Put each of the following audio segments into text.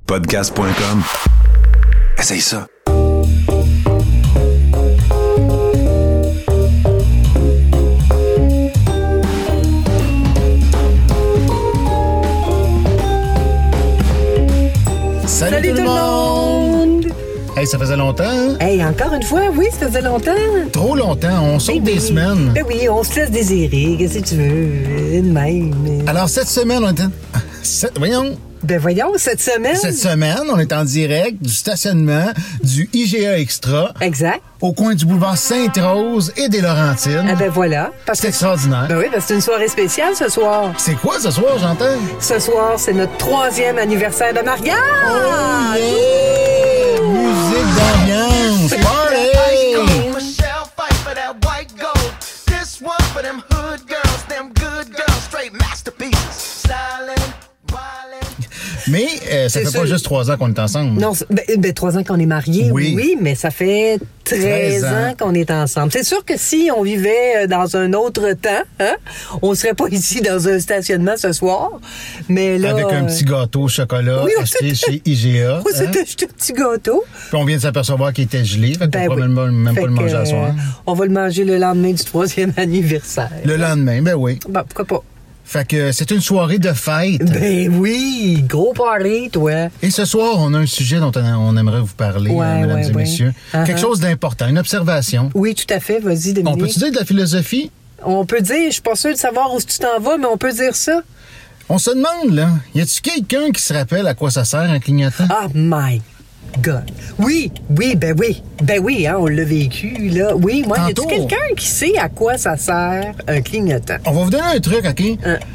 Podcast.com. Essaye ça. Salut tout le monde! Hey, ça faisait longtemps, hein? Hey, encore une fois, oui, ça faisait longtemps. Trop longtemps, on saute des semaines. Ben oui, on se laisse désirer, qu'est-ce que tu veux, de même. Alors, cette semaine, on était... Voyons. Ben voyons, cette semaine... Cette semaine, on est en direct du stationnement du IGA Extra. Exact. Au coin du boulevard Sainte-Rose et des Laurentides. Ah ben voilà. Parce C'est que... extraordinaire. Ben oui, parce que c'est une soirée spéciale ce soir. C'est quoi ce soir, j'entends? Ce soir, c'est notre 3e anniversaire de mariage! Oh yeah! Musique d'ambiance! Party! Michelle fight for that white gold. This one for them hood girls, them good girls, straight masterpieces. Stylin', wildin'. Mais ça C'est fait sûr. pas juste 3 ans qu'on est ensemble. Non, ben 3 ans qu'on est mariés, Oui. oui, mais ça fait 13 ans qu'on est ensemble. C'est sûr que si on vivait dans un autre temps, hein, on serait pas ici dans un stationnement ce soir, mais là... Avec un petit gâteau au chocolat Oui, on acheté s'est- chez IGA. On s'est hein? acheté un petit gâteau. Puis on vient de s'apercevoir qu'il était gelé, fait qu'on Ben pourra oui. même Fait pas le manger que, à soir. on va le manger le lendemain du 3e anniversaire. Le lendemain, ben oui. Ben, pourquoi pas? Fait que c'est une soirée de fête. Ben oui, gros party, toi. Et ce soir, on a un sujet dont on aimerait vous parler, Ouais, mesdames ouais, et ouais. messieurs. Quelque chose d'important, une observation. Oui, tout à fait. Vas-y, On Dominique. peut-tu dire de la philosophie? On peut dire, je suis pas sûre de savoir où tu t'en vas, mais on peut dire ça. On se demande, là, y a-tu quelqu'un qui se rappelle à quoi ça sert un clignotant? Oh my God. Oui, ben oui, hein, on l'a vécu, là. Oui, moi, y a-tu Tantôt. quelqu'un qui sait à quoi ça sert un clignotant? On va vous donner un truc, OK?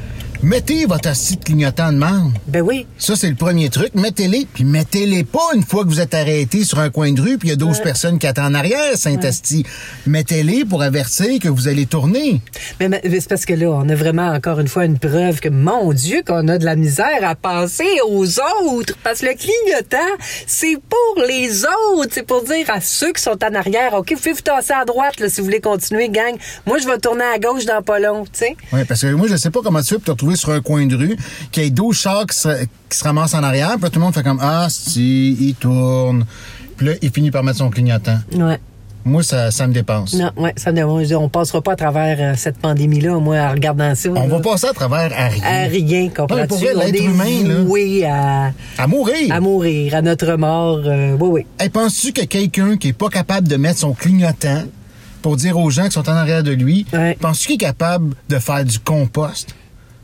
Mettez votre assis de clignotant de marde. Ben oui. Ça, c'est le premier truc. Mettez-les, puis mettez-les pas une fois que vous êtes arrêté sur un coin de rue, puis il y a 12 personnes qui attendent en arrière, Saint-Asti. Mettez-les pour avertir que vous allez tourner. Mais c'est parce que là, on a vraiment encore une fois une preuve que, mon Dieu, qu'on a de la misère à penser aux autres. Parce que le clignotant, c'est pour les autres. C'est pour dire à ceux qui sont en arrière, OK, vous pouvez vous tasser à droite là, si vous voulez continuer, gang. Moi, je vais tourner à gauche dans pas long, tu sais. Oui, parce que moi, je sais pas comment tu fais pour te retrouver sur un coin de rue, qu'il y ait 12 chars qui se ramassent en arrière, puis là, tout le monde fait comme « Ah, si, il tourne. » Puis là, il finit par mettre son clignotant. Ouais. Moi, ça me dépasse. Non, ouais, ça me dérange. On passera pas à travers cette pandémie-là, moi, en regardant ça. On va passer à travers à rien. À rien, Non, comprends-tu? mais pour vrai, On l'être est humain, là. voué à À mourir. à notre mort. Oui, oui. Hey, penses-tu que quelqu'un qui est pas capable de mettre son clignotant pour dire aux gens qui sont en arrière de lui, Ouais. penses-tu qu'il est capable de faire du compost?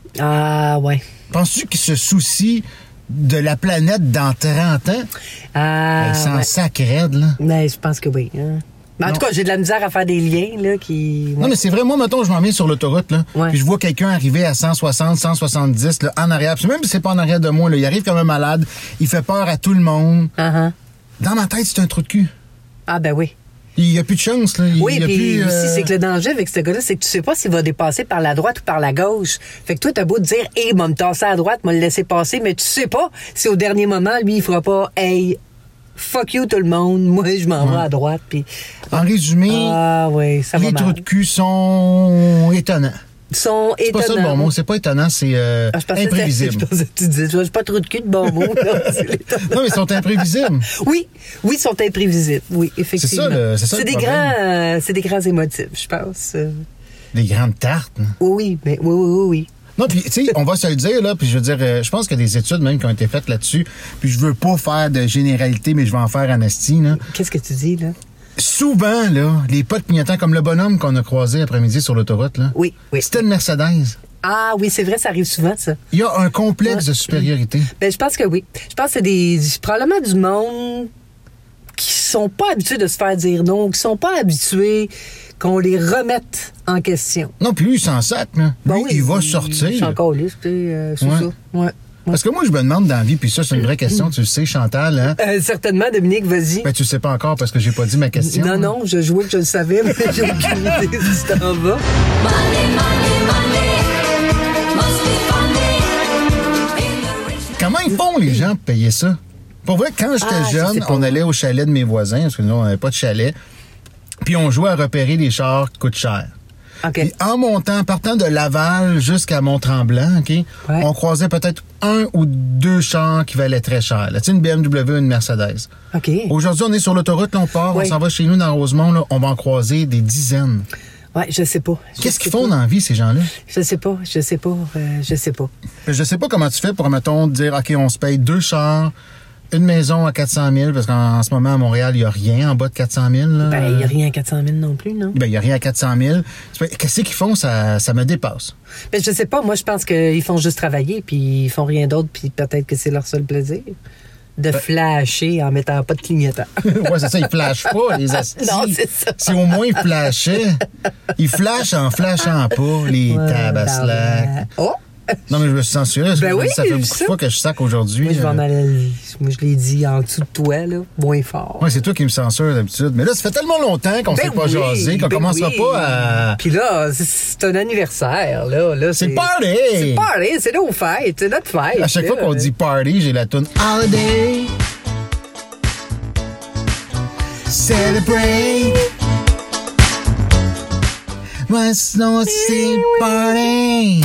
Ah, ouais. Penses-tu qu'il se soucie de la planète dans 30 ans? Ah, Il s'en ouais. sac raide, là. Mais je pense que oui. Hein. Mais en Non. tout cas, j'ai de la misère à faire des liens, là, qui... Non, mais c'est vrai, moi, mettons, je m'en viens sur l'autoroute, là, Ouais. puis je vois quelqu'un arriver à 160, 170, là, en arrière. Puis même si c'est pas en arrière de moi, là, il arrive comme un malade, il fait peur à tout le monde. Uh-huh. Dans ma tête, c'est un trou de cul. Ah, ben oui. Il y a plus de chance, là. Oui, il y a puis plus, aussi, c'est que le danger avec ce gars-là, c'est que tu sais pas s'il va dépasser par la droite ou par la gauche. Fait que toi, t'as beau te dire, hey, m'a me tasser à droite, m'a le laisser passer, mais tu sais pas si au dernier moment, lui, il fera pas, hey, fuck you tout le monde, moi, je m'en vais à droite, puis... En résumé, Ah, oui, ça va les mal. trous de cul sont étonnants. Sont C'est pas étonnants. ça le bon mot, c'est pas étonnant, c'est Ah, je pensais que imprévisible. je pensais que tu disais, j'ai pas trop de cul de bon mot. là, c'est l'étonnant. Non, mais ils sont imprévisibles. Oui, ils sont imprévisibles. Oui, effectivement. C'est ça le des problème. grands, c'est des grands émotifs, je pense. Des grandes tartes. hein. Oui, mais oui. Non, puis tu sais, on va se le dire, là, puis je veux dire, je pense qu'il y a des études même qui ont été faites là-dessus, puis je veux pas faire de généralité, mais je vais en faire en esti, là. Qu'est-ce que tu dis, là? Souvent, là, les potes clignotants, comme le bonhomme qu'on a croisé après-midi sur l'autoroute, là, Oui. c'était une Mercedes. Ah oui, c'est vrai, ça arrive souvent, ça. Il y a un complexe Ouais. de supériorité. Ben, je pense que oui. Je pense que c'est probablement du monde qui sont pas habitués de se faire dire non, qui sont pas habitués qu'on les remette en question. Non, puis lui, il s'en sac, là. Lui, Bon, oui, il va sortir. C'est encore liste, c'est Ouais. ça. Ouais. Parce que moi, je me demande dans la vie, puis ça, c'est une vraie question, tu le sais, Chantal, hein? Certainement, Dominique, vas-y. Ben, tu le sais pas encore parce que j'ai pas dit ma question. Non, non, je jouais que je le savais, mais j'ai aucune idée si tu t'en vas. Comment ils font, les gens, pour payer ça? Pour vrai, quand j'étais Ah, je jeune, sais pas. on allait au chalet de mes voisins, parce que nous, on n'avait pas de chalet, puis on jouait à repérer des chars qui coûtent cher. OK. Puis en montant, partant de Laval jusqu'à Mont-Tremblant, OK, on croisait peut-être 1 ou 2 chars qui valaient très cher. Là, tu sais, une BMW, une Mercedes. OK. Aujourd'hui, on est sur l'autoroute, là, on part, on s'en va chez nous dans Rosemont, là, on va en croiser des dizaines. Ouais, je sais pas. Qu'est-ce qu'ils font dans la vie, ces gens-là? Je sais pas. Je sais pas comment tu fais pour, mettons, dire, OK, on se paye 2 chars, une maison à 400 000, parce qu'en ce moment, à Montréal, il n'y a rien en bas de 400 000. Là. Ben, il n'y a rien à 400 000 non plus, non? Ben, il n'y a rien à 400 000. Qu'est-ce qu'ils font? Ça me dépasse. Ben, je sais pas. Moi, je pense qu'ils font juste travailler, puis ils font rien d'autre, puis peut-être que c'est leur seul plaisir. De flasher en mettant pas de clignotant. Ouais, c'est ça, ils flashent pas, les astis. Non, c'est ça. Si au moins ils flashaient, ils flashent en flashant pas, les tabaslacs. Oh! Non, mais je me suis censuré. Ben oui, ça fait beaucoup de fois que je sac aujourd'hui. Moi, je vais en aller. Moi, je l'ai dit en dessous de toi, là, moins fort. Oui, c'est toi qui me censure d'habitude. Mais là, ça fait tellement longtemps qu'on s'est pas jasé, qu'on commencera pas à... Puis là, c'est un anniversaire, là. C'est party! C'est party, c'est nos fêtes, c'est notre fête. À chaque fois qu'on dit party, j'ai la toune Holiday. Celebrate. What's no see party?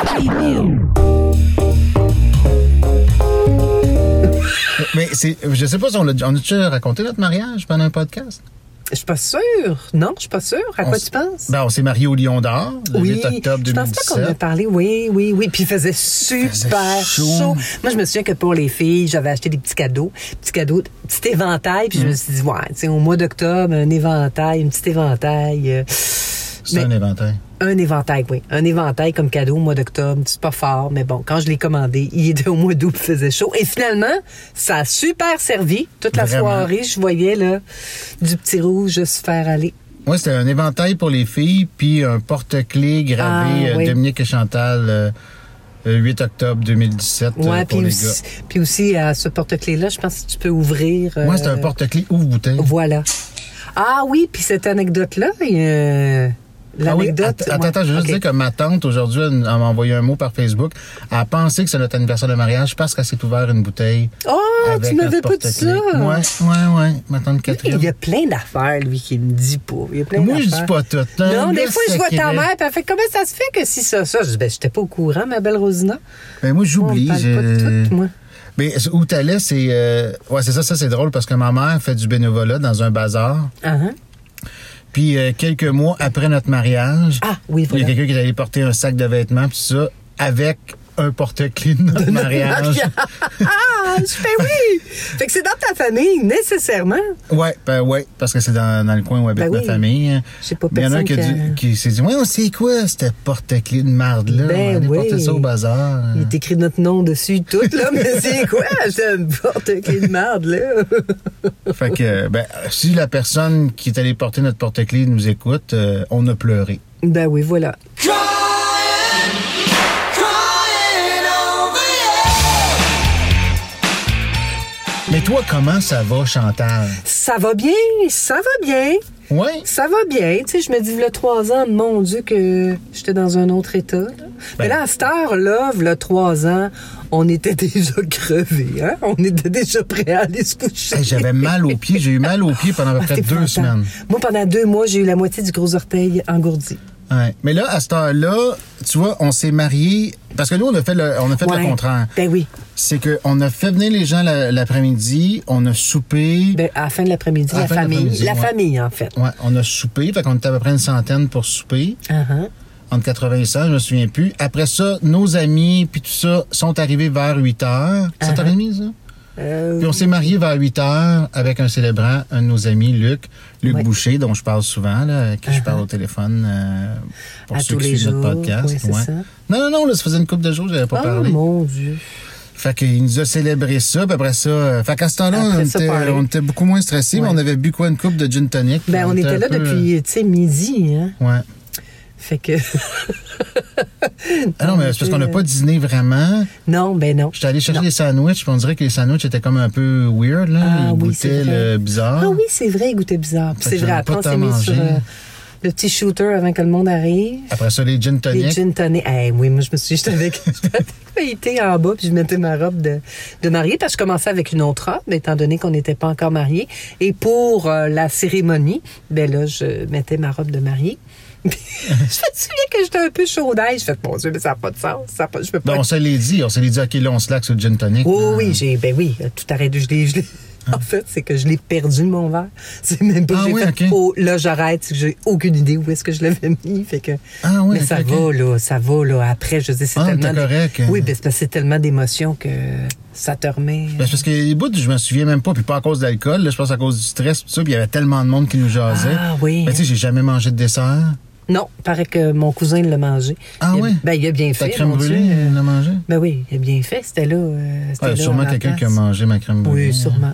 Mais je sais pas si on a déjà raconté notre mariage pendant un podcast. Je suis pas sûre. Non, je suis pas sûre. À quoi tu penses? Ben, on s'est mariés au Lion d'Or, le 8 octobre 2017. Je pense pas qu'on a parlé. Oui. Puis il faisait super chaud. Moi, je me souviens que pour les filles, j'avais acheté des petits cadeaux, petit éventail. Puis je me suis dit, ouais, tu sais, au mois d'octobre, un petit éventail. C'est un éventail. Un éventail, oui. Un éventail comme cadeau au mois d'octobre. C'est pas fort, mais bon, quand je l'ai commandé, il était au mois d'août, il faisait chaud. Et finalement, ça a super servi. Toute la soirée, je voyais là du petit rouge se faire aller. Oui, c'était un éventail pour les filles, puis un porte-clés gravé Dominique et Chantal 8 octobre 2017 pour les gars. Puis aussi, à ce porte-clés-là, je pense que tu peux ouvrir... Moi, c'est un porte-clés ouvre-bouteille. Voilà. Ah oui, puis cette anecdote-là, l'anecdote... Attends, je veux juste dire que ma tante, aujourd'hui, elle m'a envoyé un mot par Facebook. Elle a pensé que c'est notre anniversaire de mariage parce qu'elle s'est ouvert une bouteille. Oh, tu m'avais pas dit ça! Ouais. Ma tante Catherine. Il y a plein d'affaires, lui, qu'il me dit pas. Il y a plein Moi, d'affaires. je dis pas tout. Non, des fois, je vois ta mère, puis elle fait comment ça se fait que si ça? Je dis, ben, j'étais pas au courant, ma belle Rosina. Ben, moi, j'oublie. On parle pas de tout, moi. Mais où t'allais, c'est... c'est ça, c'est drôle parce que ma mère fait du bénévolat dans un bazar. Uh-huh. Puis quelques mois après notre mariage, voilà. Il y a quelqu'un qui est allé porter un sac de vêtements, puis ça, avec un porte-clés de notre mariage. Oui! Fait que c'est dans ta famille, nécessairement. Ouais, parce que c'est dans le coin où habite ma famille. J'ai pas Il y en a un qui s'est dit, on sait quoi, cette porte-clés de marde-là? On va aller porter ça au bazar. Il est écrit notre nom dessus, tout, là, mais c'est quoi, cette porte-clés de marde, là? Fait que, si la personne qui est allée porter notre porte-clés nous écoute, on a pleuré. Ben oui, voilà. Mais toi, comment ça va, Chantal? Ça va bien. Oui? Ça va bien. Tu sais, je me dis, il y a 3 ans, mon Dieu, que j'étais dans un autre état. Là. Mais là, à cette heure-là, il y a 3 ans, on était déjà crevés. Hein? On était déjà prêts à aller se coucher. Hey, j'avais mal aux pieds. J'ai eu mal aux pieds pendant à peu près 2 semaines. Moi, pendant 2 mois, j'ai eu la moitié du gros orteil engourdi. Ouais. Mais là, à cette heure-là, tu vois, on s'est mariés. Parce que nous, on a fait le contraire. Ben oui. C'est qu'on a fait venir les gens l'après-midi, on a soupé. Ben, à la fin de l'après-midi, la famille. La famille, en fait. Ouais, on a soupé. Fait qu'on était à peu près une centaine pour souper. Uh-huh. Entre 80 et 100, je me souviens plus. Après ça, nos amis, puis tout ça, sont arrivés vers 8 heures. C'est 7h30, ça? Puis on s'est mariés vers 8 heures avec un célébrant, un de nos amis, Luc Boucher, dont je parle souvent, là, avec qui je parle au téléphone pour à ceux tous qui les suivent jours, notre podcast. Oui, c'est ça. Non, là, ça faisait une couple de jours, j'avais pas parlé. Oh mon Dieu. Fait qu'il nous a célébré ça, puis après ça... fait qu'à ce temps-là, on était beaucoup moins stressés, mais on avait bu une coupe de gin tonic. Ben, on était là depuis, tu sais, midi, hein. Ouais. Fait que... non, mais c'est parce qu'on n'a pas dîné vraiment. Non, ben non. J'étais allé chercher des sandwichs, puis on dirait que les sandwichs étaient comme un peu weird, là. Ils goûtaient bizarre. Ah oui, c'est vrai, ils goûtaient bizarre. Puis c'est vrai, après, on s'est mis sur le petit shooter avant que le monde arrive. Après ça, les gin tonic. Les gin tonic. Oui, moi, je me suis dit, j'étais avec été en bas, puis je mettais ma robe de mariée, parce que je commençais avec une autre robe, étant donné qu'on n'était pas encore mariés. Et pour la cérémonie, ben là, je mettais ma robe de mariée. Je me souviens que j'étais un peu chaudaille. Je fais, mon Dieu, mais ça n'a pas de sens. Je peux pas. Ben, on se l'est dit, OK, là, on se laque sur le gin tonic. Oh, oui, tout arrêté. Je l'ai. En fait, c'est que je l'ai perdu, mon verre. C'est même pas que j'ai fait. OK. Oh, là, j'arrête. J'ai aucune idée où est-ce que je l'avais mis. Fait que. Ah oui, mais ça va, là. Après, je dis, c'est tellement. T'es correct. Oui, ben, c'est parce que c'est tellement d'émotions que ça te remet. Ben, c'est parce que les bouts, je me souviens même pas, puis pas à cause de l'alcool, là, je pense à cause du stress, tout ça, puis il y avait tellement de monde qui nous jasait. Ah oui. Ben, tu sais, j'ai jamais mangé de dessert. Non, paraît que mon cousin l'a mangé. Ah oui? Ben, il a bien fait. Ta crème brûlée, il l'a mangé? Ben oui, il a bien fait. C'était là. Ouais, sûrement quelqu'un qui a mangé ma crème brûlée. Oui, sûrement.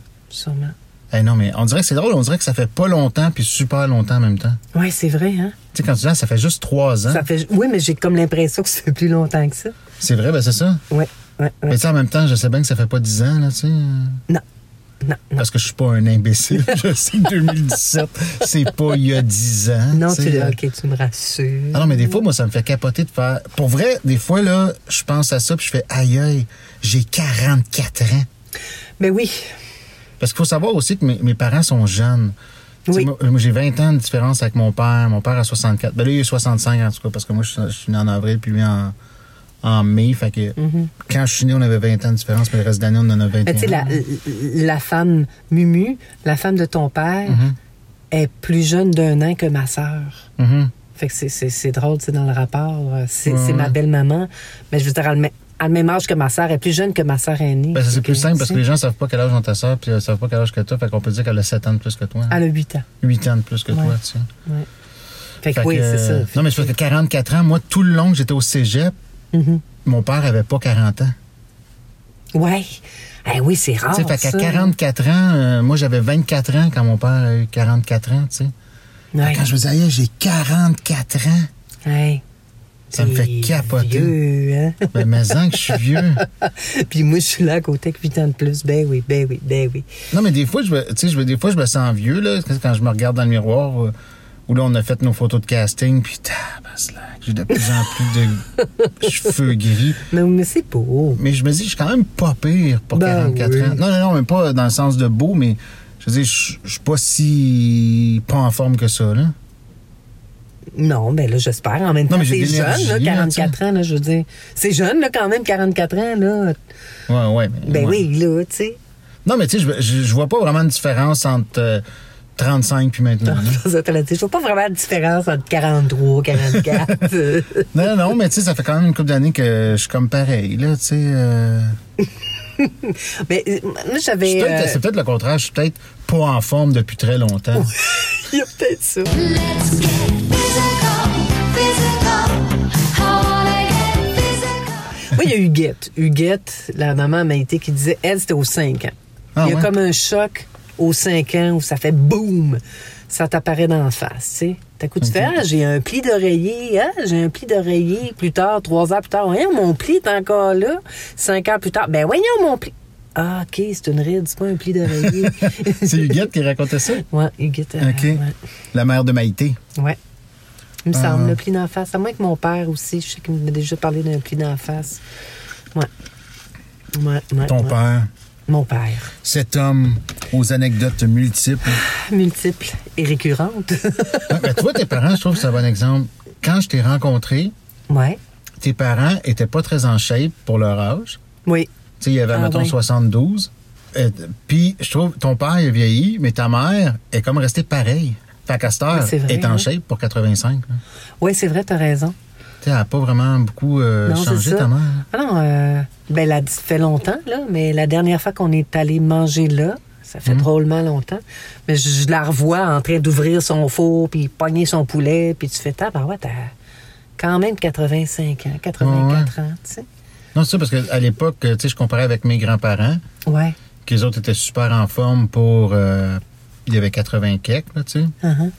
Eh non, mais on dirait que c'est drôle, on dirait que ça fait pas longtemps puis super longtemps en même temps. Oui, c'est vrai, hein? Tu sais, quand tu dis, ça fait juste 3 ans. Oui, mais j'ai comme l'impression que ça fait plus longtemps que ça. C'est vrai, ben c'est ça. Oui. Mais tu sais, en même temps, je sais bien que ça fait pas 10 ans, là, tu sais. Non. Parce que je suis pas un imbécile. Je sais que 2017, c'est pas il y a 10 ans. Non, OK, tu me rassures. Ah non, mais des fois, moi, ça me fait capoter de faire... Pour vrai, des fois, là, je pense à ça puis je fais, aïe, j'ai 44 ans. Ben oui. Parce qu'il faut savoir aussi que mes parents sont jeunes. Oui. Moi, j'ai 20 ans de différence avec mon père. Mon père a 64. Ben là, il est 65 en tout cas, parce que moi, je suis né en avril, puis lui en mai. Fait que quand je suis né, on avait 20 ans de différence, mais le reste de l'année, on en a 21. Tu sais, la femme Mumu, la femme de ton père, est plus jeune d'1 an que ma sœur. Fait que c'est drôle, c'est dans le rapport. C'est ma belle-maman. Mais je veux dire, à le même âge que ma sœur, elle est plus jeune que ma sœur aînée. Ben, c'est plus simple parce que les gens savent pas quel âge ont ta sœur, puis ils savent pas quel âge que toi. Fait qu'on peut dire qu'elle a 7 ans de plus que toi. Hein? Elle a 8 ans. 8 ans de plus que toi, tu sais. Ouais. Fait que oui, c'est ça. Non, mais je pense que 44 ans, moi, tout le long que j'étais au cégep, mon père avait pas 40 ans. Ouais. Eh oui, c'est rare. Tu sais, fait qu'à 44 ans, moi, j'avais 24 ans quand mon père a eu 44 ans, tu sais. Ouais. Quand je me disais, j'ai 44 ans. Ouais. Ça me fait capoter. Vieux, hein? Ben, mais que je suis vieux. Puis moi, je suis là à côté avec 8 ans de plus. Ben oui. Non, mais des fois, des fois, je me sens vieux, là, quand je me regarde dans le miroir, où là, on a fait nos photos de casting, puis j'ai de plus en plus de cheveux gris. Mais c'est beau. Mais je me dis, je suis quand même pas pire pour 44 oui. ans. Non, même pas dans le sens de beau, mais je veux dire, je suis pas en forme que ça, là. Non, ben là, j'espère. En même temps, c'est jeune, là, 44 ans, là, je veux dire. C'est jeune, là, quand même, 44 ans, là. Ouais. Ben oui, là, tu sais. Non, mais tu sais, je vois pas vraiment de différence entre 35 puis maintenant. Je vois pas vraiment de différence entre 43, 44. Non, mais tu sais, ça fait quand même une couple d'années que je suis comme pareil, là, tu sais. Mais moi, j'avais... C'est peut-être le contraire. Je suis peut-être pas en forme depuis très longtemps. Il y a peut-être ça. Let's get physical. I wanna get physical. Moi, il y a Huguette, la maman Maïté, qui disait, elle, c'était aux 5 ans. Il y a comme un choc aux 5 ans où ça fait boum, ça t'apparaît dans la face, tu sais. T'as coup, tu fais, j'ai un pli d'oreiller, plus tard, 3 heures plus tard. Voyons, mon pli est encore là. 5 heures plus tard, ben voyons, mon pli. Ah, OK, c'est une ride, c'est pas un pli d'oreiller. C'est Huguette qui racontait ça? Ouais, Huguette. OK. Ouais. La mère de Maïté. Ouais. Il me semble, le pli d'en face. À moins que mon père aussi, je sais qu'il m'a déjà parlé d'un pli d'en face. Ouais. Ton père. Mon père. Cet homme aux anecdotes multiples. Multiples et récurrentes. Mais toi, tes parents, je trouve que c'est un bon exemple. Quand je t'ai rencontré, tes parents étaient pas très en shape pour leur âge. Oui. Tu sais, il y avait, mettons, 72. Puis, je trouve, ton père, il a vieilli, mais ta mère est comme restée pareille. Fait qu'à cette heure, est en shape pour 85. Oui, c'est vrai, t'as raison. Tu sais, elle n'a pas vraiment beaucoup changé, ta mère. Ah non, ben, ça fait longtemps, là, mais la dernière fois qu'on est allé manger là, ça fait drôlement longtemps, mais je la revois en train d'ouvrir son four, puis pogner son poulet, puis tu fais, t'as quand même 85 ans, 84 ans, tu sais. Non, c'est ça, parce qu'à l'époque, tu sais, je comparais avec mes grands-parents. Ouais. Qu'ils autres étaient super en forme pour... il y avait 80 quelques, là, tu sais.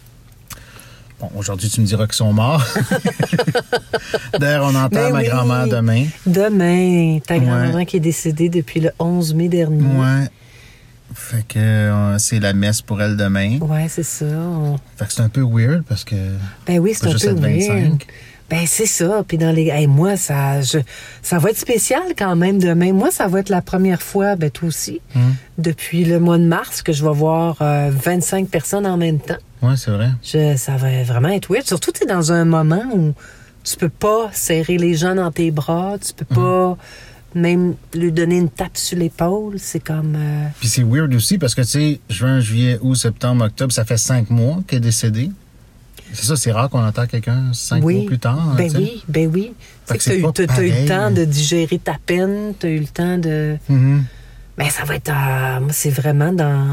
Bon, aujourd'hui, tu me diras qu'ils sont morts. D'ailleurs, on enterre ma grand-mère demain. Demain, ta grand-maman qui est décédée depuis le 11 mai dernier. Ouais. Fait que c'est la messe pour elle demain. Ouais, c'est ça. Fait que c'est un peu weird parce que... Ben oui, c'est un peu weird. Ben c'est ça. Puis dans les... Hey, moi, ça va être spécial quand même demain. Moi, ça va être la première fois, ben toi aussi, depuis le mois de mars, que je vais voir 25 personnes en même temps. Ouais, c'est vrai. Ça va vraiment être weird. Surtout, tu es dans un moment où tu peux pas serrer les gens dans tes bras, tu peux pas même lui donner une tape sur l'épaule. C'est comme... Puis c'est weird aussi parce que, tu sais, juin, juillet, août, septembre, octobre, ça fait 5 mois qu'il est décédé. C'est ça, c'est rare qu'on entend quelqu'un 5 mois plus tard. Ben tu sais. oui, ben oui. Fait Tu sais que que c'est t'as pas eu le pareil. temps de digérer ta peine, t'as eu le temps de... Mhm. Mais ça va être... moi, c'est vraiment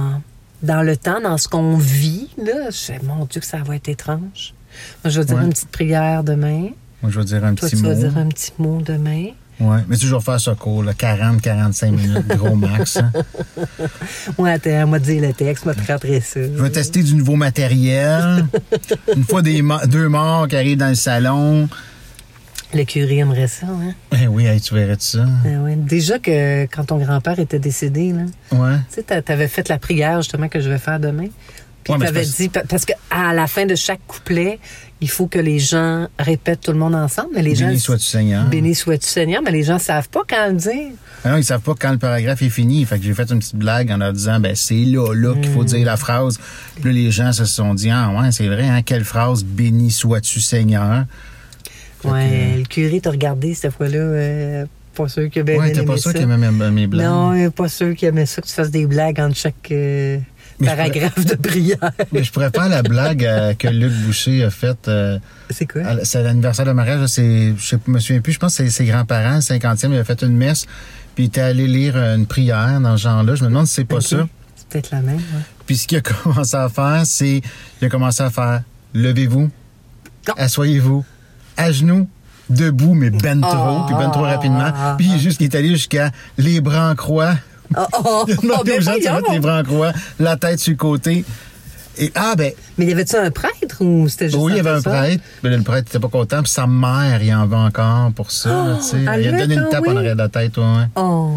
dans le temps, dans ce qu'on vit, là. Mon Dieu, que ça va être étrange. Moi, je vais dire Ouais. une petite prière demain. Moi, je vais dire un Toi, petit tu mot. vas dire un petit mot demain. Ouais, mais toujours faire ça court, là, 40-45 minutes, gros max. Hein. Ouais, attends, moi, dire le texte, moi, te rentrer ça. Je vais tester du nouveau matériel. Une fois deux morts qui arrivent dans le salon. Le curé aimerait ça, hein? Eh oui, hey, tu verrais de ça. Ouais. Déjà que quand ton grand-père était décédé, là, Ouais. tu sais, t'avais fait la prière, justement, que je vais faire demain. Puis Ouais, mais t'avais c'est dit, parce qu'à la fin de chaque couplet, il faut que les gens répètent tout le monde ensemble. Mais les Béni gens, sois-tu Seigneur. Béni sois-tu Seigneur, mais les gens savent pas quand le dire. Ah non, ils savent pas quand le paragraphe est fini. Fait que j'ai fait une petite blague en leur disant, ben c'est là qu'il faut dire la phrase. Puis là, les gens se sont dit, ah ouais, c'est vrai, hein, quelle phrase, béni sois-tu Seigneur. Fait Ouais, le curé t'a regardé cette fois-là, pas sûr qu'il a bien Ouais, t'es aimé pas sûr ça. qu'il aimait mes blagues. Non, il est pas sûr qu'il aimait ça, que tu fasses des blagues entre chaque Mais je paragraphe de prière. Mais je pourrais faire la blague que Luc Boucher a faite. C'est quoi? C'est l'anniversaire de mariage. Là, je me souviens plus. Je pense que c'est ses grands-parents, 50e. Il a fait une messe. Puis il était allé lire une prière dans ce genre-là. Je me demande si c'est pas Ok. ça. C'est peut-être la même, ouais. Puis ce qu'il a commencé à faire, c'est... Il a commencé à faire levez-vous, Non. asseyez-vous, à genoux, debout, mais ben trop, puis ben trop rapidement. Puis il est allé jusqu'à les bras en croix. Oh, Il a demandé ben aux gens de se voyons. mettre les bras en croix, la tête sur le côté. Et Mais y avait-tu un prêtre ou c'était juste oui, il y avait un personne? prêtre. Mais là, le prêtre n'était pas content. Puis sa mère, il en veut encore pour ça. là, tu sais. Il a elle donné une l'a, tape oui. en arrière de la tête. Ouais.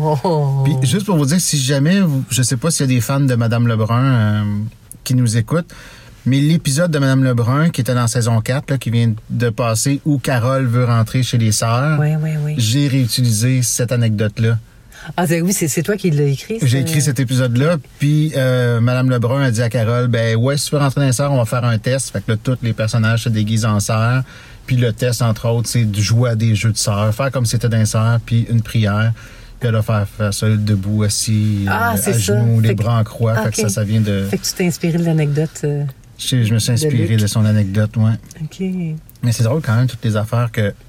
Oh. Puis juste pour vous dire, si jamais, je sais pas s'il y a des fans de Madame Lebrun qui nous écoutent, mais l'épisode de Madame Lebrun, qui était dans saison 4, là, qui vient de passer, où Carole veut rentrer chez les sœurs, Oui. j'ai réutilisé cette anecdote-là. Ah, oui, c'est toi qui l'as écrit. J'ai écrit cet épisode-là, puis Madame Lebrun a dit à Carole, ben ouais, si tu veux rentrer dans les sœurs, on va faire un test. Fait que là, tous les personnages se déguisent en sœurs. Puis le test, entre autres, c'est de jouer à des jeux de sœurs, faire comme si c'était dans les sœurs, puis une prière. Puis elle va faire ça ça assis, c'est à ça. genoux, les Fait que- bras en croix. Ah, Fait que ok. ça vient de... Fait que tu t'es inspiré de l'anecdote. Je me suis inspiré Luc. de son anecdote, ouais. OK. Mais c'est drôle quand même, toutes les affaires que...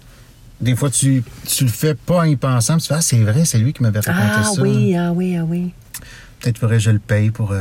Des fois, tu le fais pas en y pensant, puis tu fais, ah, c'est vrai, c'est lui qui m'avait raconté Ah ça. oui. Peut-être faudrait que je le paye pour...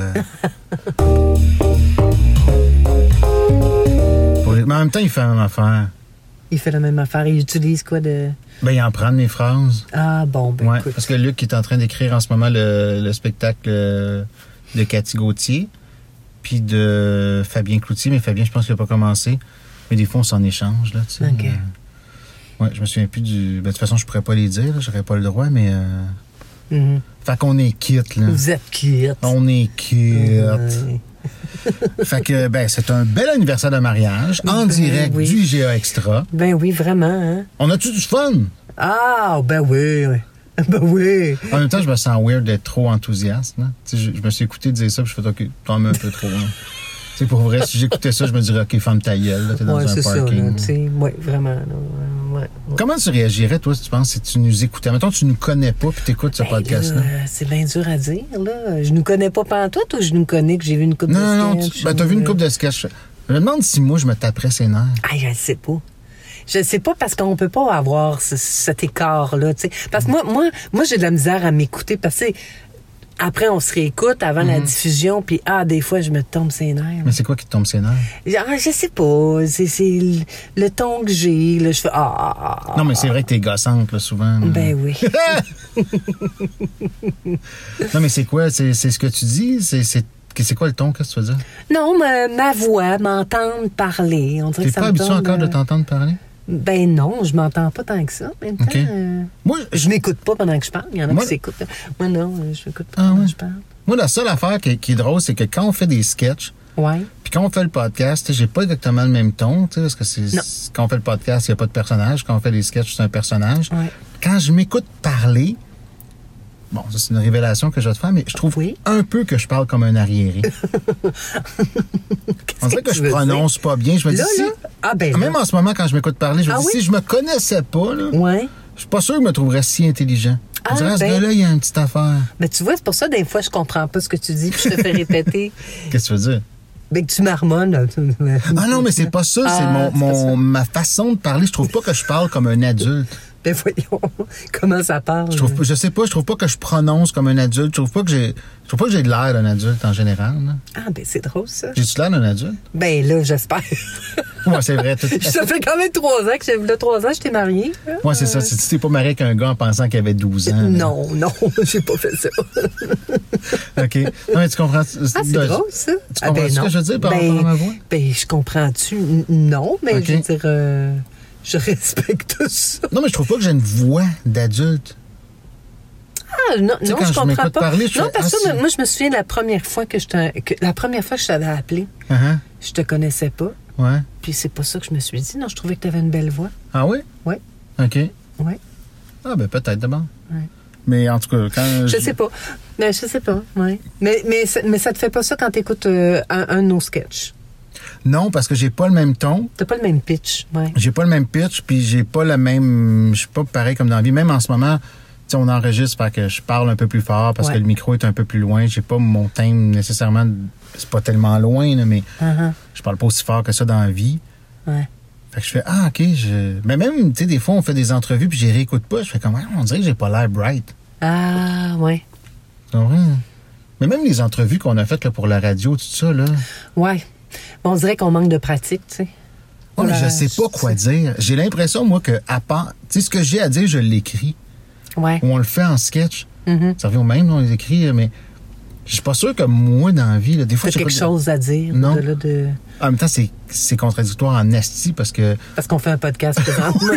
Mais en même temps, il fait la même affaire. Il fait la même affaire. Il utilise quoi de... Ben, il en prend de mes phrases. Ah, bon, ben Ouais, écoute. parce que Luc est en train d'écrire en ce moment le spectacle de Cathy Gauthier, puis de Fabien Cloutier, mais Fabien, je pense qu'il n'a pas commencé. Mais des fois, on s'en échange, là, tu sais. OK. Ouais, je me souviens plus du... Ben, de toute façon, je pourrais pas les dire, là, j'aurais pas le droit, mais... Mhm. Fait qu'on est quitte, là. Vous êtes quitte. On est quitte. Ouais. Fait que, ben, c'est un bel anniversaire de mariage, en Ben direct oui. du IGA Extra. Ben oui, vraiment, hein? On a-tu du fun? Ah, ben oui. Ben oui. En même temps, je me sens weird d'être trop enthousiaste. Là. Tu sais, je me suis écouté dire ça, puis je fais OK, t'en mets un peu trop. Là. Tu sais, pour vrai, si j'écoutais ça, je me dirais OK, ferme ta gueule, là, t'es dans Ouais, un c'est ça, parking. là, là. tu sais. Ouais, vraiment, là. Ouais. Comment tu réagirais, toi, si tu penses, si tu nous écoutais? Mettons, tu nous connais pas, puis t'écoutes ce Ben, podcast-là. là, c'est bien dur à dire, là. Je nous connais pas pantoute ou je nous connais que j'ai vu une coupe de Non, sketch, ben, t'as vu ou, une coupe de sketch. Je me demande si moi, je me taperais ses nerfs. Ah, je sais pas. Je sais pas parce qu'on peut pas avoir cet écart-là, tu sais. Parce que moi, j'ai de la misère à m'écouter parce que après, on se réécoute avant la diffusion, puis des fois, je me tombe ses nerfs. Mais c'est quoi qui te tombe ses nerfs? Je sais pas. C'est le ton que j'ai, là. Je fais Non, mais c'est vrai que t'es gossante, là, souvent. là. Ben oui. Non, mais c'est quoi? C'est ce que tu dis? C'est quoi le ton? Qu'est-ce que tu veux dire? Non, ma voix, m'entendre parler. On dirait T'es que ça pas me habitué tombe, encore de t'entendre parler? Ben non, je m'entends pas tant que ça. En même temps, OK. Moi, je m'écoute pas pendant que je parle. Il y en a Moi- qui s'écoutent. Moi, non, je m'écoute pas Ah pendant ouais. que je parle. Moi, la seule affaire qui est drôle, c'est que quand on fait des sketchs, Ouais. puis quand on fait le podcast, tu sais, j'ai pas exactement le même ton, tu sais, parce que Non. quand on fait le podcast, il n'y a pas de personnage. Quand on fait des sketchs, c'est un personnage. Ouais. Quand je m'écoute parler, Bon, ça, c'est une révélation que je vais te faire, mais je trouve Oui. un peu que je parle comme un arriéré. On dirait que tu je veux prononce pas bien. Je me dis, Là, si... là? Ah, ben Même là. en ce moment, quand je m'écoute parler, je me Ah dis, oui? si je me connaissais pas, là, Ouais. je suis pas sûr que je me trouverais si intelligent. Ah, Je dirais, ce ben. gars-là, il y a une petite affaire. Mais tu vois, c'est pour ça, des fois, je comprends pas ce que tu dis, puis je te fais répéter. Qu'est-ce que tu veux dire? Ben, que tu marmonnes. Ah non, mais c'est pas ça. Ah, c'est c'est pas ça. ma façon de parler. Je trouve pas que je parle comme un adulte. Ben, voyons, comment ça parle? Je sais pas, je trouve pas que je prononce comme un adulte. Je trouve pas que j'ai de l'air d'un adulte en général. Là. Ah, ben, c'est drôle, ça. J'ai-tu l'air d'un adulte? Ben, là, j'espère. Ouais, c'est vrai. Ça fait quand même 3 ans que j'ai 3 ans, je t'ai mariée. Ouais, c'est ça. Tu t'es pas marié avec un gars en pensant qu'il avait 12 ans. là. Non, j'ai pas fait ça. OK. Non, mais tu comprends. Ah, c'est drôle, ça. Tu comprends ce que je veux dire par rapport à ma voix? Ben, je comprends-tu. Non, mais Ok. je veux dire, je respecte ça. Non, mais je trouve pas que j'ai une voix d'adulte. Ah, non, sais, non, quand je je comprends m'écoute pas. parler, je Non, fais, parce ah, que c'est- moi, je me souviens la première fois que je t'avais appelé, Uh-huh. je te connaissais pas. Ouais. Puis c'est pas ça que je me suis dit. Non, je trouvais que tu avais une belle voix. Ah oui? Oui. OK. Oui. Ah, ben peut-être d'abord. Ouais. Mais en tout cas, quand. Je sais pas. Mais je sais pas, oui. Mais ça te fait pas ça quand t'écoutes un de nos sketchs. Non, parce que j'ai pas le même ton. T'as pas le même pitch, ouais. J'ai pas le même pitch, puis j'ai pas la même. Je suis pas pareil comme dans la vie. Même en ce moment, tu sais, on enregistre, fait que je parle un peu plus fort parce Ouais. que le micro est un peu plus loin. J'ai pas mon thème nécessairement. C'est pas tellement loin, là, mais Uh-huh. je parle pas aussi fort que ça dans la vie. Ouais. Fait que je fais, ah, OK. Mais même, tu sais, des fois, on fait des entrevues, puis j'y réécoute pas. Je fais comme, ah, on dirait que j'ai pas l'air bright. Ah, ouais. Tu comprends? Mais même les entrevues qu'on a faites là, pour la radio, tout ça, là. Ouais. On dirait qu'on manque de pratique, tu sais. Ouais, mais je Voilà, sais pas quoi dire. J'ai l'impression, moi, que à part. Tu sais, ce que j'ai à dire, je l'écris. Ouais. Ou on le fait en sketch. Mhm. Ça revient au même, là, on les écrit, mais je suis pas sûr que moi, dans la vie, là, des fois, T'as je sais quelque pas- chose à dire. Non. au-delà de... En même temps, c'est contradictoire en esti parce que. Parce qu'on fait un podcast présentement.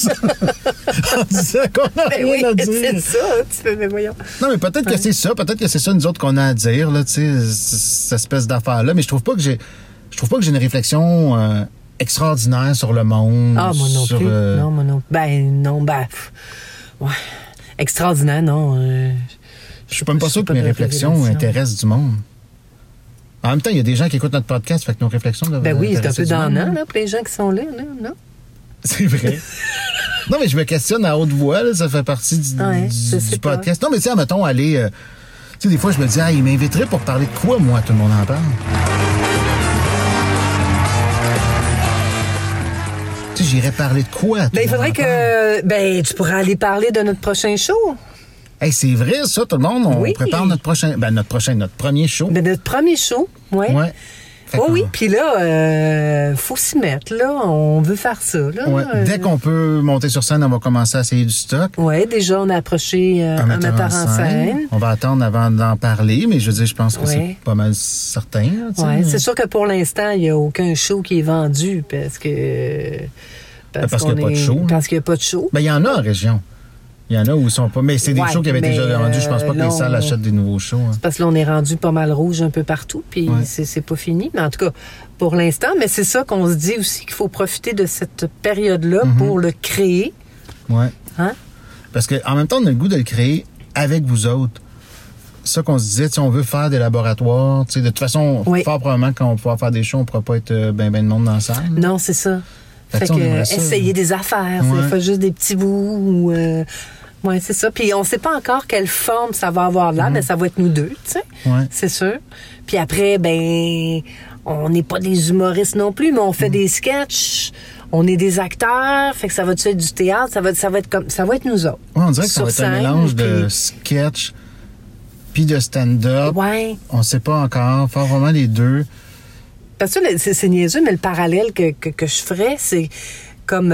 On disait qu'on a Ben rien oui, à dire. c'est ça. Tu fais, mais voyons. Non, mais peut-être que c'est ça. Peut-être que c'est ça, nous autres, qu'on a à dire, là, tu sais, cette espèce d'affaire-là. Mais je trouve pas que j'ai une réflexion extraordinaire sur le monde. Ah, moi non sur, plus. Non, moi non. Ben, non, ouais. Extraordinaire, non. Je suis même pas sûr que mes de réflexions révélation. intéressent du monde. En même temps, il y a des gens qui écoutent notre podcast, fait que nos réflexions doivent Ben oui, c'est un intéresser peu du monde, donnant, là. là, pour les gens qui sont là, non? C'est vrai. Non, mais je me questionne à haute voix, là, ça fait partie Ouais, je sais du pas. podcast. Non, mais tu sais, mettons, aller. Tu sais, des fois, je me dis, ah, il m'inviterait pour parler de quoi, moi, tout le monde en parle. Tu sais, j'irais parler de quoi? Ben, il faudrait que. Ben, tu pourrais aller parler de notre prochain show. Hey, c'est vrai, ça, tout le monde. On Oui. prépare notre premier show. Ben, notre premier show, ouais. Ouais. Fait Oh qu'on- oui, puis là, faut s'y mettre, là. On veut faire ça, là. Ouais. Dès qu'on peut monter sur scène, on va commencer à essayer du stock. Ouais, déjà, on a approché un metteur en scène. On va attendre avant d'en parler, mais je veux dire, je pense que Ouais. c'est pas mal certain. là, tu sais. Ouais, c'est sûr que pour l'instant, il n'y a aucun show qui est vendu parce que. Parce qu'il qu'on y a pas de est- show, hein. Parce qu'il n'y a pas de show. Ben, il y en a en région. Il y en a où ils sont pas. Mais c'est des Ouais, shows qui avaient mais, déjà rendus. Je pense pas que là, les salles achètent des nouveaux shows. Hein. Parce que là, on est rendu pas mal rouge un peu partout, puis Ouais. c'est pas fini. Mais en tout cas, pour l'instant, mais c'est ça qu'on se dit aussi qu'il faut profiter de cette période-là pour le créer. Ouais. Hein? Parce qu'en même temps, on a le goût de le créer avec vous autres. C'est ça qu'on se disait, si on veut faire des laboratoires, tu sais, de toute façon, Oui. fort probablement, quand on va pouvoir faire des shows, on ne pourra pas être ben de monde dans la salle. Non, c'est ça. Fait Fait que ça, on que aimerait ça. essayer des affaires, Ouais. c'est pas juste des petits bouts ou ouais, c'est ça. Puis on sait pas encore quelle forme ça va avoir là, mais ça va être nous deux, tu sais. Ouais. C'est sûr. Puis après, ben, on n'est pas des humoristes non plus, mais on fait des sketchs. On est des acteurs, fait que ça va être du théâtre, ça va être nous autres. Ouais, on dirait que ça Sur va être un scène, mélange de puis- sketch puis de stand-up. Ouais. On sait pas encore. Faire vraiment les deux. Parce que là, c'est niaiseux, mais le parallèle que je ferais, c'est comme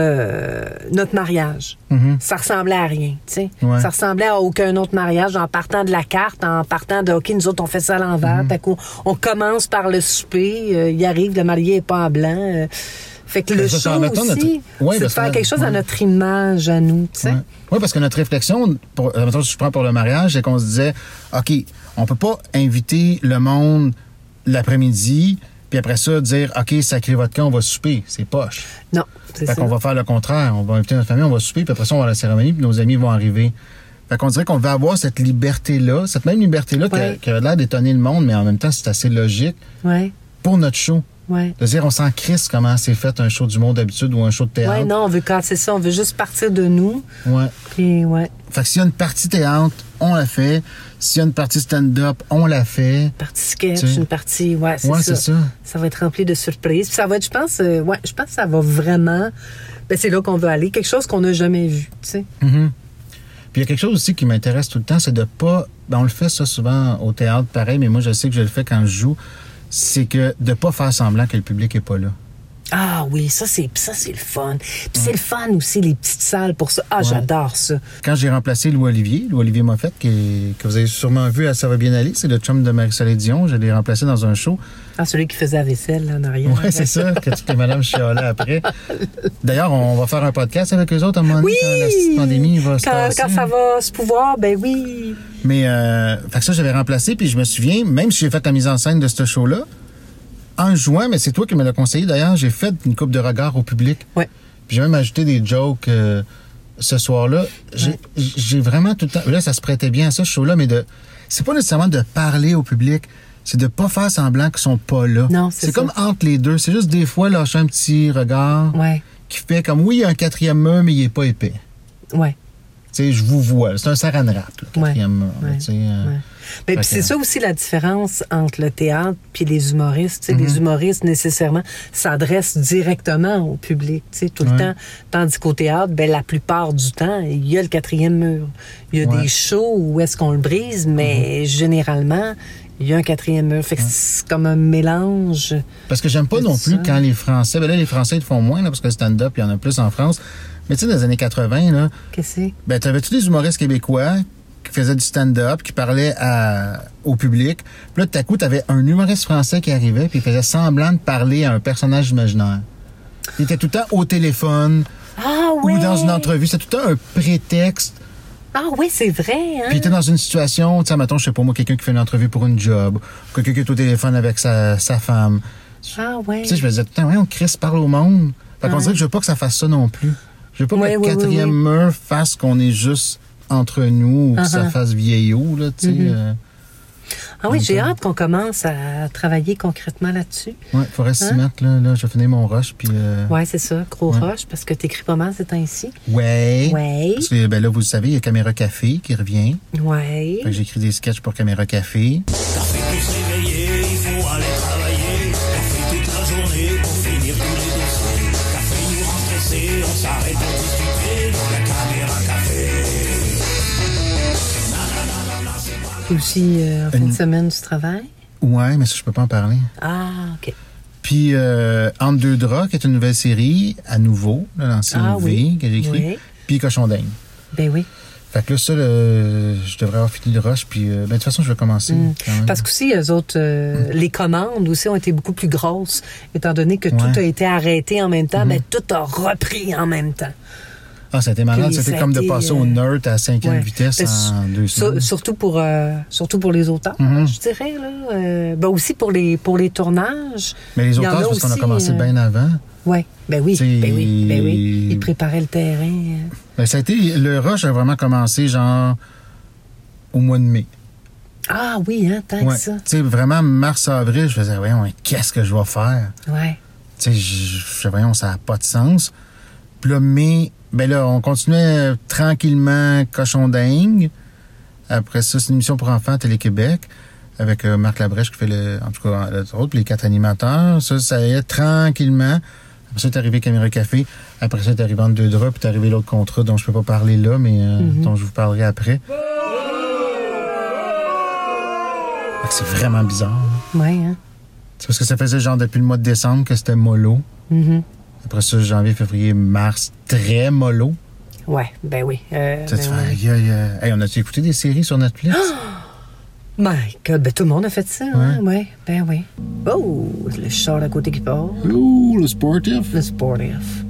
notre mariage. Ça ressemblait à rien, tu sais. Ouais. Ça ressemblait à aucun autre mariage en partant de la carte, en partant de, OK, nous autres, on fait ça à l'envers. Fait qu'on- on commence par le souper, il arrive, le marié est pas en blanc. Fait que le Ça, show en même temps, aussi, ouais, c'est de parce faire que- quelque chose à ouais. notre image, à nous, tu sais. Ouais. Oui, parce que notre réflexion, mettons, si je prends pour le mariage, c'est qu'on se disait, OK, on peut pas inviter le monde l'après-midi, puis après ça, dire, OK, sacré votre camp, on va souper. C'est poche. Non, c'est Fait ça. qu'on va faire le contraire. On va inviter notre famille, on va souper, puis après ça, on va à la cérémonie, puis nos amis vont arriver. Fait qu'on dirait qu'on veut avoir cette liberté-là, cette même liberté-là Ouais. qui a l'air d'étonner le monde, mais en même temps, c'est assez logique Ouais. pour notre show. Ouais. De dire, on s'en crisse comment c'est fait un show d'humour d'habitude ou un show de théâtre. Ouais, non, on veut casser ça. On veut juste partir de nous. Ouais. Puis, ouais. Fait que s'il y a une partie théâtre, on la fait. S'il y a une partie stand-up, on la fait. Partie sketch, Tu sais. une partie. Ouais, c'est Ouais, ça. c'est ça. Ça va être rempli de surprises. Puis ça va être, je pense que ça va vraiment. Ben, c'est là qu'on veut aller. Quelque chose qu'on n'a jamais vu, tu sais. Mhm. Puis il y a quelque chose aussi qui m'intéresse tout le temps, c'est de pas... Ben, on le fait ça souvent au théâtre, pareil, mais moi, je sais que je le fais quand je joue. C'est que de pas faire semblant que le public est pas là. Ah oui, ça c'est le fun. Puis c'est le fun aussi, les petites salles pour ça. Ah, j'adore ça. Quand j'ai remplacé Louis-Olivier Moffett, que vous avez sûrement vu à Ça va bien aller, c'est le chum de Marie-Soleil Dion, je l'ai remplacé dans un show. Ah, celui qui faisait la vaisselle, là, en arrière. Ouais, c'est ça, que toutes les madames chialaient après. D'ailleurs, on va faire un podcast avec eux autres à un moment donné, Oui! quand la petite pandémie va se Quand passer. ça va se pouvoir, ben oui. Mais, fait que ça, j'avais remplacé, puis je me souviens, même si j'ai fait la mise en scène de ce show-là, en jouant, mais c'est toi qui me l'as conseillé d'ailleurs, j'ai fait une coupe de regard au public. Ouais. Puis j'ai même ajouté des jokes ce soir-là. J'ai vraiment tout le temps... Là, ça se prêtait bien à ça, ce show-là, mais c'est pas nécessairement de parler au public, c'est de pas faire semblant qu'ils sont pas là. Non, c'est ça. comme entre les deux. C'est juste des fois lâcher un petit regard Ouais. qui fait comme, oui, il y a un quatrième mur, mais il est pas épais. Ouais. Tu sais, je vous vois. C'est un saran wrap, le quatrième mur. Ouais. Tu sais, Ouais. Mais fait puis c'est que- ça aussi la différence entre le théâtre puis les humoristes. Tu sais, Les humoristes, nécessairement, s'adressent directement au public, tu sais, tout le Ouais. temps. Tandis qu'au théâtre, ben, la plupart du temps, il y a le quatrième mur. Il y a Ouais. des shows où est-ce qu'on le brise, mais généralement, il y a un quatrième mur. Fait que c'est comme un mélange. Parce que j'aime pas C'est non plus ça. quand les Français... Ben là, les Français, ils le font moins, là, parce que le stand-up, il y en a plus en France. Mais tu sais, dans les années 80, là, Qu'est-ce que c'est? ben, t'avais tous les humoristes québécois qui faisaient du stand-up, qui parlaient au public. Puis là, tout à coup, t'avais un humoriste français qui arrivait, puis il faisait semblant de parler à un personnage imaginaire. Il était tout le temps au téléphone Ah oui! ou dans une entrevue. C'était tout le temps un prétexte. Ah oui, c'est vrai, hein? Puis il était dans une situation, tu sais, mettons, je sais pas moi, quelqu'un qui fait une entrevue pour une job, ou quelqu'un qui est au téléphone avec sa femme. Ah ouais. Tu sais, je me disais tout le temps, ouais, on Chris parle au monde. Fait qu'on Ouais. dirait que je veux pas que ça fasse ça non plus. Je veux pas Ouais, que le ouais, quatrième ouais, mur fasse qu'on est juste entre nous ou que ça fasse vieillot, là, tu sais. Ah oui, j'ai Donc, hâte qu'on commence à travailler concrètement là-dessus. Ouais, faudrait s'y mettre, là. Je vais finir mon rush, puis... Ouais, c'est ça, gros Ouais. rush, parce que t'écris pas mal ces temps-ci. Ouais. Ouais. Parce que, ben là, vous le savez, il y a Caméra Café qui revient. Ouais. Fait que j'écris des sketchs pour Caméra Café. Café plus réveillé, il faut aller travailler. Café toute la journée pour finir tous les dossiers. Café nous rend pressés, on s'arrête pour discuter dans la caméra café. Puis aussi, en fin de semaine, du travail. Ouais, mais ça, je peux pas en parler. Ah, OK. Puis, Entre deux draps, qui est une nouvelle série, à nouveau, là, lancée Ah V, oui. que j'ai écrit. Oui. Puis Cochon d'Inde. Ben oui. Fait que là, ça, je devrais avoir fini le rush, puis ben, de toute façon, je vais commencer. Quand même. Parce qu'aussi, eux autres, les commandes aussi ont été beaucoup plus grosses, étant donné que Ouais. tout a été arrêté en même temps, mais tout a repris en même temps. Ah, ça a été malade. Puis C'était ça a comme de été, passer au nerd à 5e Ouais. vitesse Ben, en 2 semaines. Surtout pour les auteurs, je dirais. Là. Ben aussi pour les tournages. Mais les Il y en auteurs, a parce qu'on a aussi, commencé bien avant. Oui, ben oui, T'sais, ben oui, ben oui. Ils préparaient le terrain. Ben, ça a été, le rush a vraiment commencé, genre, au mois de mai. Ah oui, hein, tant Ouais. que ça. Tu sais, vraiment, mars-avril, je faisais, voyons, qu'est-ce que je vais faire? Ouais. Tu sais, voyons, ça n'a pas de sens. Puis là, mai, ben là, on continuait tranquillement Cochon d'Inde. Après ça, c'est une émission pour enfants à Télé-Québec avec Marc Labrèche qui fait en tout cas, le rôle, puis les 4 animateurs. Ça allait tranquillement. Après ça, est arrivé Caméra Café. Après ça, est arrivé Entre deux draps, puis est arrivé l'autre contrat dont je peux pas parler là, mais dont je vous parlerai après. Fait que c'est vraiment bizarre. Ouais, hein. C'est parce que ça faisait genre depuis le mois de décembre que c'était mollo. Mhm. Après ça, janvier, février, mars, très mollo. Ouais, ben oui. Tu sais, tu Ben fais, oui. aïe, aïe. Hey, on a-tu écouté des séries sur Netflix? My God, ben tout le monde a fait ça, hein? Ouais, ben oui. Oh, le char à côté qui part. Ouh, le sportif. Le sportif.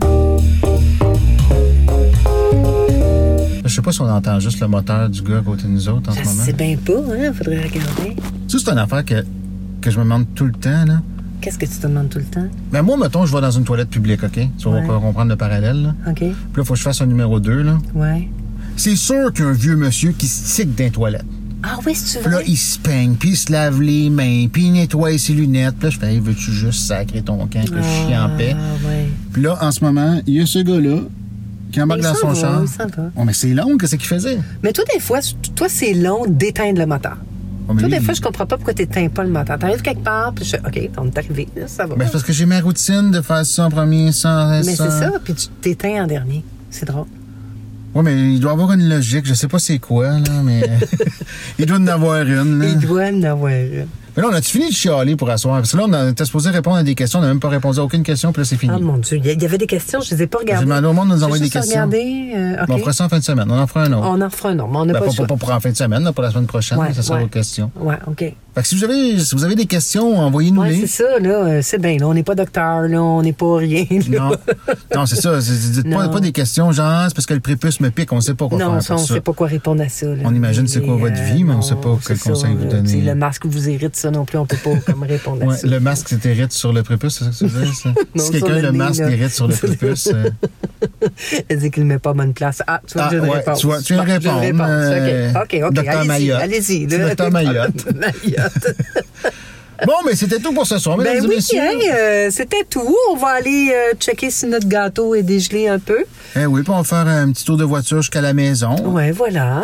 Je sais pas si on entend juste le moteur du gars à côté de nous autres en Je ce moment. sais bien pas, hein? Faudrait regarder. Ça, c'est une affaire que je me demande tout le temps, là. Qu'est-ce que tu te demandes tout le temps? Ben moi, mettons, je vais dans une toilette publique, OK? Tu vas Ouais. comprendre le parallèle, là. OK? Puis là, il faut que je fasse un numéro 2, là. Ouais. C'est sûr qu'il y a un vieux monsieur qui se tique dans les toilettes. Ah oui, c'est Puis là, vrai? il se peigne, puis il se lave les mains, puis il nettoie ses lunettes. Puis là, je fais, hey, veux-tu juste sacrer ton camp que je chie en paix? Ah, ouais. Puis là, en ce moment, il y a ce gars-là qui embarque Il dans s'en son va, char. il s'en va. Oh, mais c'est long, qu'est-ce qu'il faisait? Mais toi, des fois, c'est long d'éteindre le moteur. Oh, mais Toi, lui, des fois, je comprends pas pourquoi t'éteins pas le moteur. T'arrives quelque part, puis je fais, OK, on est arrivé, là, ça va. Ben, c'est parce que j'ai ma routine de faire ça en premier, ça, Mais c'est ça, puis tu t'éteins en dernier. C'est drôle. Oui, mais il doit avoir une logique. Je sais pas c'est quoi, là, mais il doit en avoir une. Là. Il doit en avoir une. Mais là, on a-tu fini de chialer pour asseoir? Parce que là, on était supposé répondre à des questions. On n'a même pas répondu à aucune question, puis là, c'est fini. Ah, mon Dieu. Il y avait des questions, je les ai pas regardées. J'ai demandé au monde de nous J'ai envoyer des juste questions. regardé, OK. Bon, on fera ça en fin de semaine. On en fera un autre. On en fera un autre, mais on n'a Ben, pas le choix. pas pour en fin de semaine, là, pour la semaine prochaine. Ouais, ça sera ouais. vos questions. Ouais, OK. Fait que si vous avez des questions, envoyez-nous-les. Ouais, c'est ça, là. C'est bien, là. On n'est pas docteur, là. On n'est pas rien, là. Non, non, c'est ça. Dites Non. pas des questions genre, c'est parce que le prépuce me pique, on ne sait pas quoi Non, faire ça, on pour ne sait pas quoi répondre à ça. Là. On imagine c'est quoi votre vie, mais on sait pas quel conseil vous donner. Si le masque vous irrite, ça non plus, on peut pas comme répondre à Ouais, ça. le masque t'irrite sur le prépuce, c'est ça que tu veux dire? Ça? Non, Si sur quelqu'un le le nez, masque là. irrite sur le prépuce. Elle dit qu'il ne met pas à bonne place. Ah, tu vois, j'ai une ouais, réponse. tu vois, tu viens de Bon, j'ai une répondre. réponse. OK. Docteur Allez-y, Mayotte. allez-y. là. Docteur Mayotte. Mayotte. Bon, mais c'était tout pour ce soir, mesdames Ben et oui, messieurs. hein, c'était tout. On va aller checker si notre gâteau est dégelé un peu. Eh oui, puis on va faire un petit tour de voiture jusqu'à la maison. Ouais, voilà.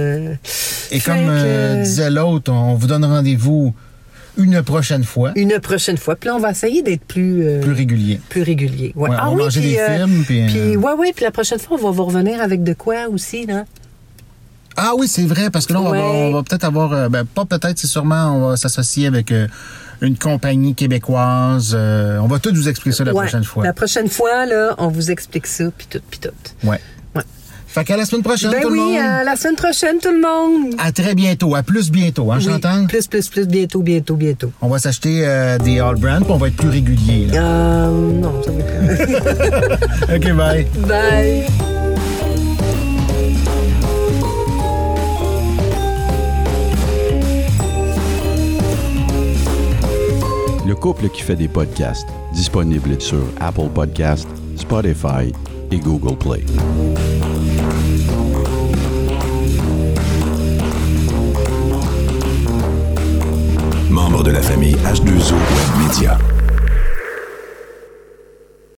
Et fait comme que- disait l'autre, on vous donne rendez-vous une prochaine fois, Une prochaine fois. Puis là, on va essayer d'être plus régulier. plus régulier. Ouais. Ouais, on va manger puis, des films, puis, puis la prochaine fois, on va vous revenir avec de quoi aussi, là? Ah oui, c'est vrai, parce que là, Ouais. on va peut-être avoir... pas peut-être, c'est sûrement, on va s'associer avec une compagnie québécoise. On va tout vous expliquer ça la Ouais. prochaine fois. La prochaine fois, là, on vous explique ça, puis tout, puis tout. Ouais. Ouais. Fait qu'à la semaine prochaine, Ben tout le oui, monde. à la semaine prochaine, tout le monde. À très bientôt, à plus bientôt, hein, Oui, Chantal? plus, bientôt. On va s'acheter des All Brand, puis on va être plus régulier. Là. Non, ça va pas. OK, bye. Bye. Le couple qui fait des podcasts, disponible sur Apple Podcasts, Spotify et Google Play. Membre de la famille H2O Web Media.